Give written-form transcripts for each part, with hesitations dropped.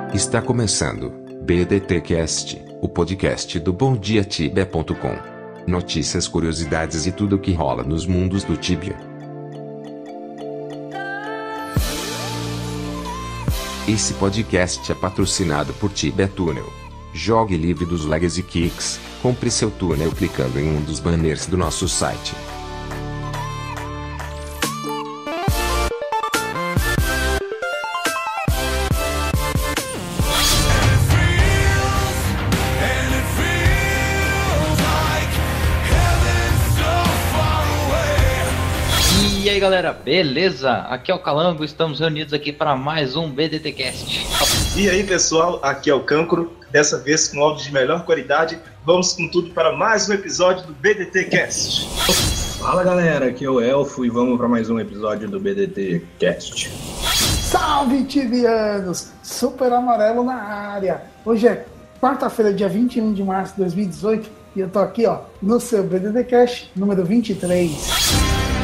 Está começando BDTcast, o podcast do BomDiaTibia.com. Notícias, curiosidades e tudo o que rola nos mundos do Tibia. Esse podcast é patrocinado por Tibia Tunnel. Jogue livre dos lags e kicks. Compre seu túnel clicando em um dos banners do nosso site. E aí galera, beleza? Aqui é o Calango, estamos reunidos aqui para mais um BDTcast. E aí pessoal, aqui é o Cancro, dessa vez com áudio de melhor qualidade. Vamos com tudo para mais um episódio do BDTcast. Fala galera, aqui é o Elfo e vamos para mais um episódio do BDTcast. Salve tibianos, Super Amarelo na área. Hoje é quarta-feira, dia 21 de março de 2018 e eu tô aqui no seu BDTcast número 23.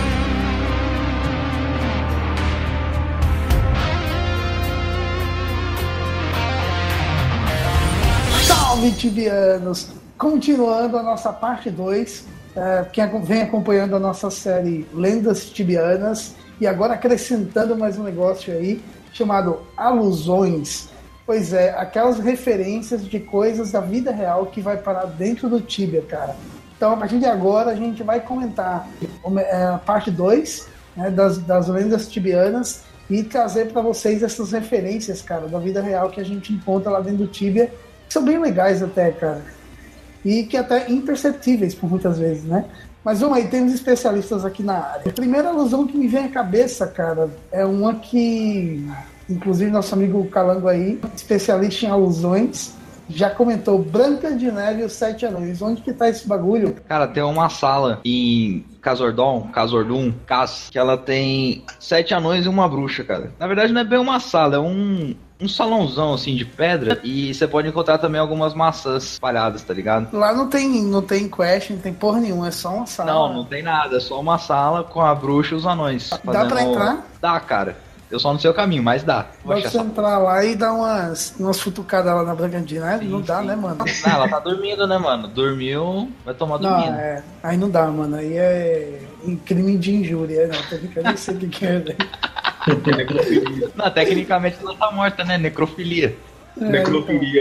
Salve tibianos! Continuando a nossa parte 2, quem vem acompanhando a nossa série Lendas Tibianas e agora acrescentando mais um negócio aí chamado alusões. Pois é, aquelas referências de coisas da vida real que vai parar dentro do Tibia, cara. Então a partir de agora a gente vai comentar a parte 2, né, das lendas tibianas e trazer para vocês essas referências, cara, da vida real que a gente encontra lá dentro do Tibia. Que são bem legais até, cara. E que até imperceptíveis por muitas vezes, né? Mas vamos aí, tem uns especialistas aqui na área. A primeira alusão que me vem à cabeça, cara, é uma que, inclusive, nosso amigo Calango aí, especialista em alusões, já comentou: Branca de Neve e os Sete Anões. Onde que tá esse bagulho? Cara, tem uma sala em Khazor-dûm, que ela tem 7 anões e uma bruxa, cara. Na verdade não é bem uma sala, é um salãozão assim de pedra e você pode encontrar também algumas maçãs espalhadas, tá ligado? Lá não tem quest, não tem porra nenhuma, é só uma sala. Não tem nada, é só uma sala com a bruxa e os anões. Dá pra entrar? Dá, cara. Eu só não sei o caminho, mas dá. Dá pra você entrar lá e dar umas futucadas lá na Branca de Neve? Não dá, né, mano? Não, ela tá dormindo, né, mano? Dormiu, vai tomar dormindo. Não, aí não dá, mano. Aí é crime de injúria, né? Eu nem sei o que é, né? Não, tecnicamente ela tá morta, né? Necrofilia. Necrofilia.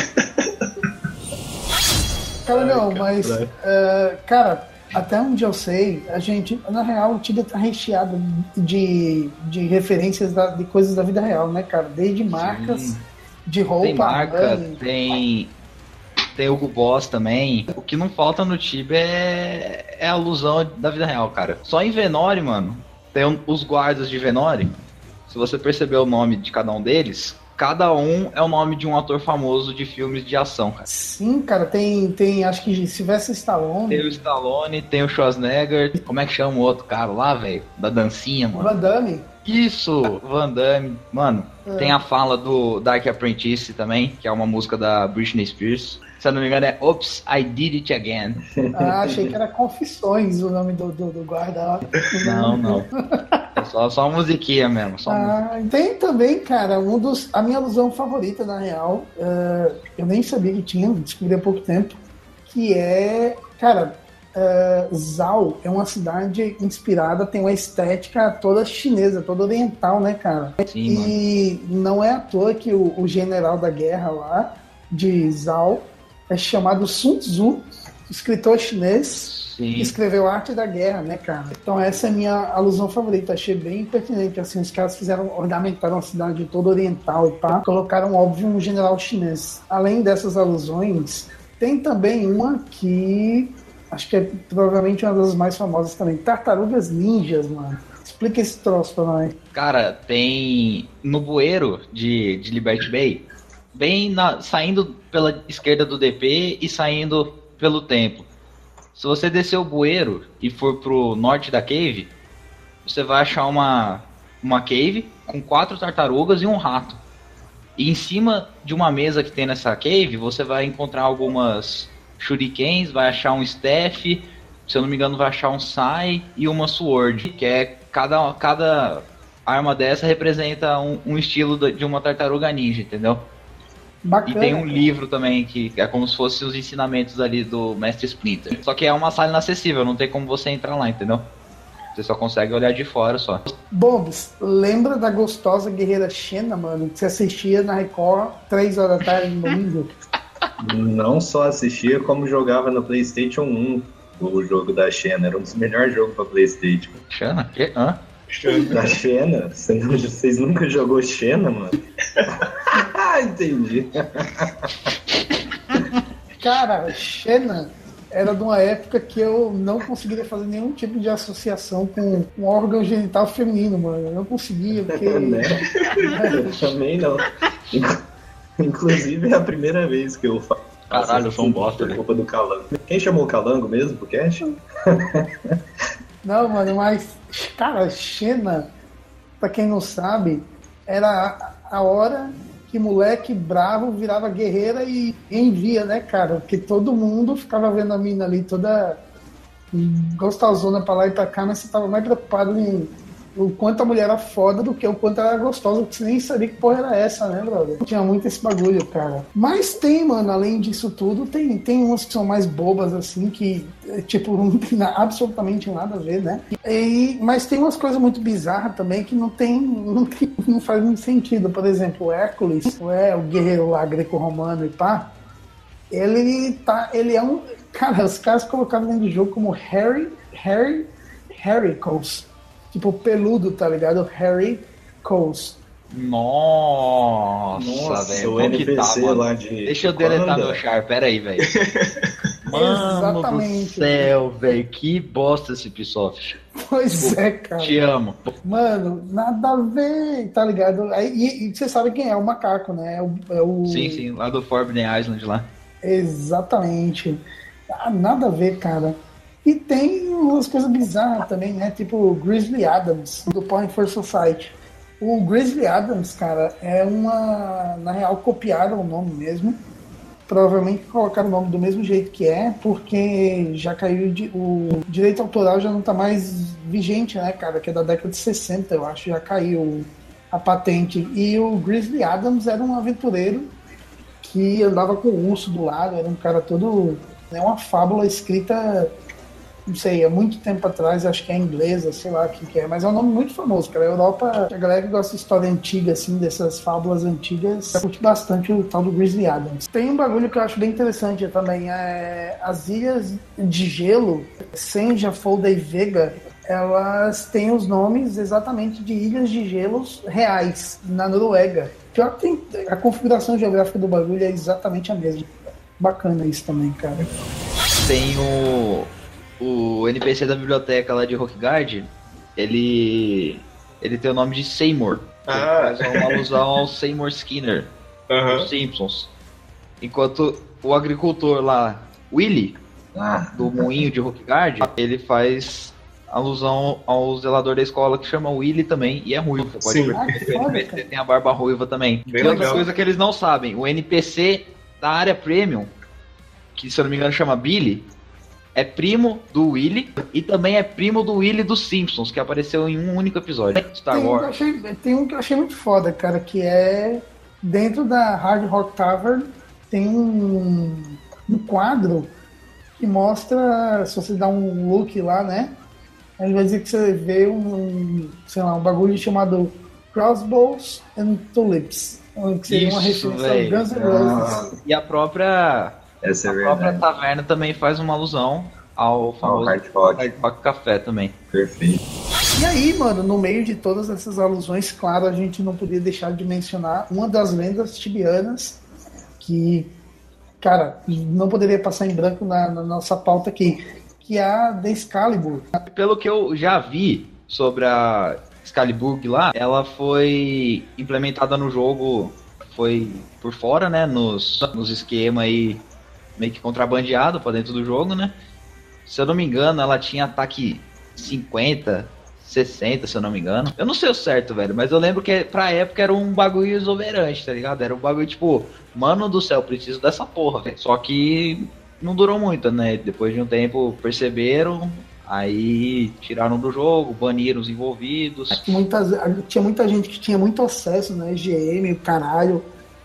Cara, não, mas... cara, até onde eu sei, a gente... Na real, o Tibia tá recheado de referências de coisas da vida real, né, cara? Desde marcas, sim, de roupa... Tem marca, tem Hugo Boss também. O que não falta no Tibia é a alusão da vida real, cara. Só em Venore, mano, tem os guardas de Venore. Se você perceber o nome de cada um deles, cada um é o nome de um ator famoso de filmes de ação, cara. Sim, cara, tem acho que Sylvester Stallone. Tem o Stallone, tem o Schwarzenegger. Como é que chama o outro cara lá, velho? Da dancinha, mano. Van Damme. Isso, Van Damme. Mano, tem a fala do Dark Apprentice também, que é uma música da Britney Spears. Se eu não me engano é Oops, I Did It Again. Ah, achei que era Confissões o nome do guarda lá. Não. É só uma musiquinha mesmo. Tem também, cara, a minha alusão favorita, na real, eu nem sabia que tinha, descobri há pouco tempo, que é, cara, Zhao é uma cidade inspirada, tem uma estética toda chinesa, toda oriental, né, cara? Sim, e mano, não é à toa que o general da guerra lá, de Zhao, é chamado Sun Tzu, escritor chinês, que escreveu Arte da Guerra, né, cara? Então essa é a minha alusão favorita, achei bem pertinente, assim, os caras ornamentaram a cidade toda oriental e pá, colocaram, óbvio, um general chinês. Além dessas alusões, tem também uma que acho que é provavelmente uma das mais famosas também, Tartarugas Ninjas, mano. Explica esse troço pra nós. Cara, tem no bueiro de Liberty Bay, bem saindo pela esquerda do DP e saindo pelo templo. Se você descer o bueiro e for pro norte da cave, você vai achar uma cave com 4 tartarugas e um rato. E em cima de uma mesa que tem nessa cave, você vai encontrar algumas shurikens, vai achar um staff, se eu não me engano vai achar um sai e uma sword, que é cada arma dessa representa um estilo de uma tartaruga ninja, entendeu? Bacana. E tem um livro também que é como se fosse os ensinamentos ali do Mestre Splinter. Só que é uma sala inacessível, não tem como você entrar lá, entendeu? Você só consegue olhar de fora só. Bobs, lembra da gostosa guerreira Xena, mano? Que você assistia na Record 3 horas da tarde no domingo? Não só assistia, como jogava no PlayStation 1 o jogo da Xena. Era um dos melhores jogos pra PlayStation. Xena? Que? Hã? Da Xena? Vocês nunca jogou Xena, mano? Entendi. Cara, Xena era de uma época que eu não conseguiria fazer nenhum tipo de associação com um órgão genital feminino, mano. Eu não conseguia, porque... Né? Eu também não. Inclusive é a primeira vez que eu faço. Caralho, eu sou um bosta, por né? culpa do Calango. Quem chamou o Calango mesmo pro cast? Não, mano, mas, cara, Xena, pra quem não sabe, era a hora que moleque bravo virava guerreira e envia, né, cara? Porque todo mundo ficava vendo a mina ali toda gostosona pra lá e pra cá, mas você tava mais preocupado em o quanto a mulher era foda do que o quanto ela era gostosa, porque você nem sabia que porra era essa, né, brother? Tinha muito esse bagulho, cara. Mas tem, mano, além disso tudo, tem umas que são mais bobas, assim, que, tipo, não tem absolutamente nada a ver, né? Mas tem umas coisas muito bizarras também que não faz muito sentido. Por exemplo, o Hércules, o guerreiro lá greco-romano e pá, ele é um... Cara, os caras colocaram dentro do jogo como Heracles. Tipo, peludo, tá ligado? Harry Coles. Nossa, velho. O NPC tá, lá de... Deixa eu deletar meu char, pera aí, velho. Mano Exatamente, do céu, velho. Que bosta esse Ubisoft. Pois é, cara. Te amo. Mano, nada a ver, tá ligado? E você sabe quem é o macaco, né? Sim, lá do Forbidden Island lá. Exatamente. Nada a ver, cara. E tem umas coisas bizarras também, né? Tipo o Grizzly Adams, do Porn for Society. O Grizzly Adams, cara, é uma... Na real, copiaram o nome mesmo. Provavelmente colocaram o nome do mesmo jeito que é, porque já caiu... O direito autoral já não tá mais vigente, né, cara? Que é da década de 60, eu acho. Já caiu a patente. E o Grizzly Adams era um aventureiro que andava com o urso do lado. Era um cara todo... É uma fábula escrita... Não sei, há muito tempo atrás, acho que é inglesa, sei lá o que é, mas é um nome muito famoso, cara. A Europa, a galera que gosta de história antiga, assim, dessas fábulas antigas, curte bastante o tal do Grizzly Adams. Tem um bagulho que eu acho bem interessante também, as ilhas de gelo, Senja, Folda e Vega, elas têm os nomes exatamente de ilhas de gelos reais, na Noruega. Pior que a configuração geográfica do bagulho é exatamente a mesma. Bacana isso também, cara. Tem o NPC da biblioteca lá de Rockguard, ele tem o nome de Seymour. Ele faz uma alusão ao Seymour Skinner, dos Simpsons. Enquanto o agricultor lá, Willy, do moinho de Rockguard, ele faz alusão ao zelador da escola que chama Willy também, e é ruivo. Você pode ver que o NPC tem a barba ruiva também. Bem e outra legal. coisa que eles não sabem, o NPC da área Premium, que se eu não me engano chama Billy, é primo do Willy e também é primo do Willy dos Simpsons, que apareceu em um único episódio. Star Wars. Tem um que eu achei muito foda, cara, que é dentro da Hard Rock Tavern tem um quadro que mostra, se você dá um look lá, né? Aí vai dizer que você vê um bagulho chamado Crossbows and Tulips, que seria uma Isso, referência ao Guns N' Roses. E a própria taverna também faz uma alusão ao famoso Hard Rock Café também. Perfeito. E aí, mano, no meio de todas essas alusões, claro, a gente não podia deixar de mencionar uma das lendas tibianas que, cara, não poderia passar em branco na nossa pauta aqui, que é a The Excalibur. Pelo que eu já vi sobre a Excalibur lá, ela foi implementada no jogo, foi por fora, né, nos esquemas aí, meio que contrabandeado pra dentro do jogo, né? Se eu não me engano, ela tinha ataque 50, 60, se eu não me engano. Eu não sei o certo, velho, mas eu lembro que pra época era um bagulho exuberante, tá ligado? Era um bagulho tipo, mano do céu, preciso dessa porra, velho. Só que não durou muito, né? Depois de um tempo perceberam, aí tiraram do jogo, baniram os envolvidos. Tinha muita gente que tinha muito acesso, né? GM, o caralho.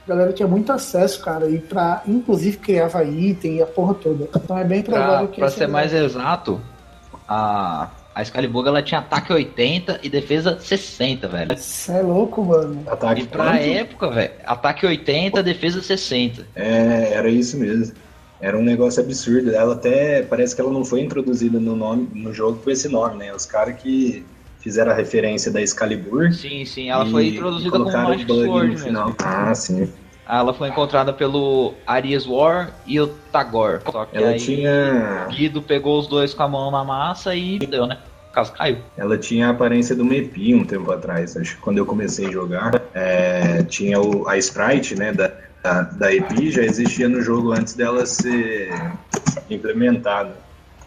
A galera tinha muito acesso, cara, e inclusive criava item e a porra toda. Então é bem provável que... Pra ser mais exato, a Excalibur, ela tinha ataque 80 e defesa 60, velho. Isso é louco, mano. Ataque E pra quanto? época, velho, ataque 80, defesa 60. Era isso mesmo. Era um negócio absurdo. Ela até, parece que ela não foi introduzida no jogo com esse nome, né? Os caras que fizeram a referência da Excalibur. Sim, ela foi introduzida como colocaram Magic o bug Sword no mesmo. final. Ah, sim. Ela foi encontrada pelo Arias War e o Tagor. Só que Ela aí tinha... Guido pegou os dois com a mão na massa e deu, né? O caso caiu. Ela tinha a aparência do Mepi um tempo atrás. Acho que quando eu comecei a jogar, tinha a Sprite, né, da EP, já existia no jogo antes dela ser implementada.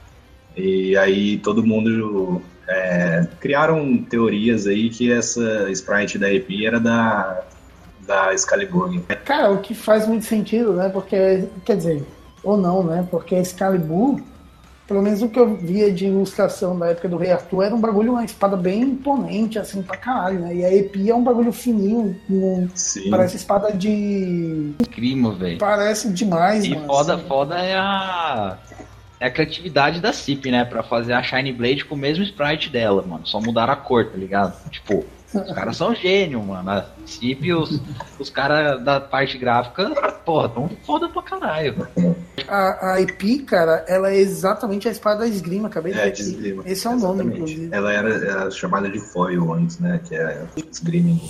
E aí todo mundo criaram teorias aí que essa Sprite da EP era da Excalibur. Cara, o que faz muito sentido, né? Porque, quer dizer, ou não, né? Porque a Excalibur, pelo menos o que eu via de ilustração da época do Rei Arthur, era um bagulho, uma espada bem imponente, assim, pra caralho, né? E a Epi é um bagulho fininho, parece espada de... Crimo, velho. Parece demais, e mano. Foda é a criatividade da CIP, né? Pra fazer a Shiny Blade com o mesmo sprite dela, mano. Só mudaram a cor, tá ligado? Tipo, os caras são gênios, mano. A CIP e os caras da parte gráfica, porra, tão foda pra caralho. A Epi, cara, ela é exatamente a espada da esgrima, acabei de ver De aqui. esgrima. Esse é o nome, inclusive. Ela era chamada de foil antes, né? Que é esgrima.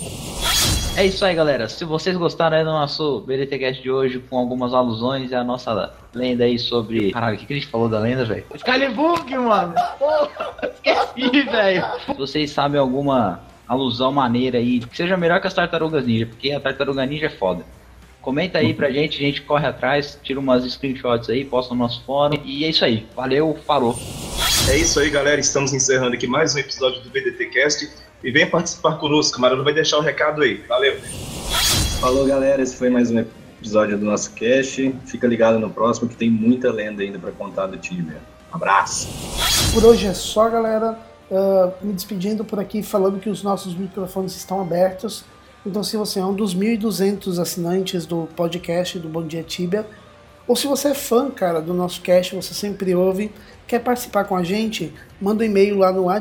É isso aí, galera. Se vocês gostaram aí do nosso BDTcast de hoje, com algumas alusões, é a nossa lenda aí sobre... Caralho, o que a gente falou da lenda, velho? Excalibur, mano! Porra, esqueci, velho! Se vocês sabem alguma alusão maneira aí, que seja melhor que as Tartarugas Ninja, porque a Tartaruga Ninja é foda. Comenta aí pra gente, a gente corre atrás, tira umas screenshots aí, posta no nosso fórum. E é isso aí. Valeu, falou! É isso aí, galera. Estamos encerrando aqui mais um episódio do BDTcast. E vem participar conosco. Marano vai deixar o recado aí. Valeu! Falou, galera. Esse foi mais um episódio do nosso cast. Fica ligado no próximo que tem muita lenda ainda pra contar do Tibia. Abraço! Por hoje é só, galera. Me despedindo por aqui, falando que os nossos microfones estão abertos. Então, se você é um dos 1.200 assinantes do podcast do Bom Dia Tibia, ou se você é fã, cara, do nosso cast, você sempre ouve, quer participar com a gente, manda um e-mail lá no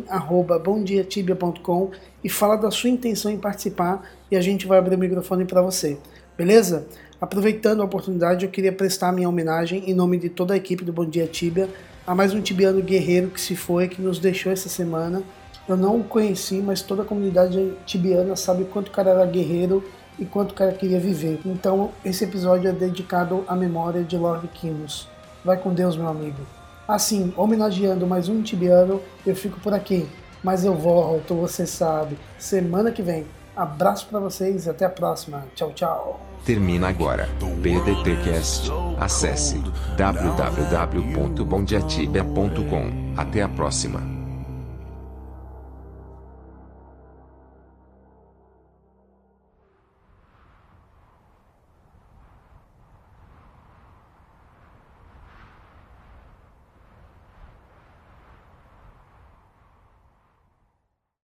admin@bomdiatibia.com e fala da sua intenção em participar e a gente vai abrir o microfone para você, beleza? Aproveitando a oportunidade, eu queria prestar minha homenagem em nome de toda a equipe do Bom Dia Tibia a mais um tibiano guerreiro que se foi, que nos deixou essa semana. Eu não o conheci, mas toda a comunidade tibiana sabe quanto o cara era guerreiro e quanto o cara queria viver. Então, esse episódio é dedicado à memória de Lord Kinos. Vai com Deus, meu amigo. Assim, homenageando mais um tibiano, eu fico por aqui. Mas eu volto, você sabe, semana que vem. Abraço pra vocês e até a próxima. Tchau, tchau. Termina agora. BDTcast. Acesse www.bomdiatibia.com. Até a próxima.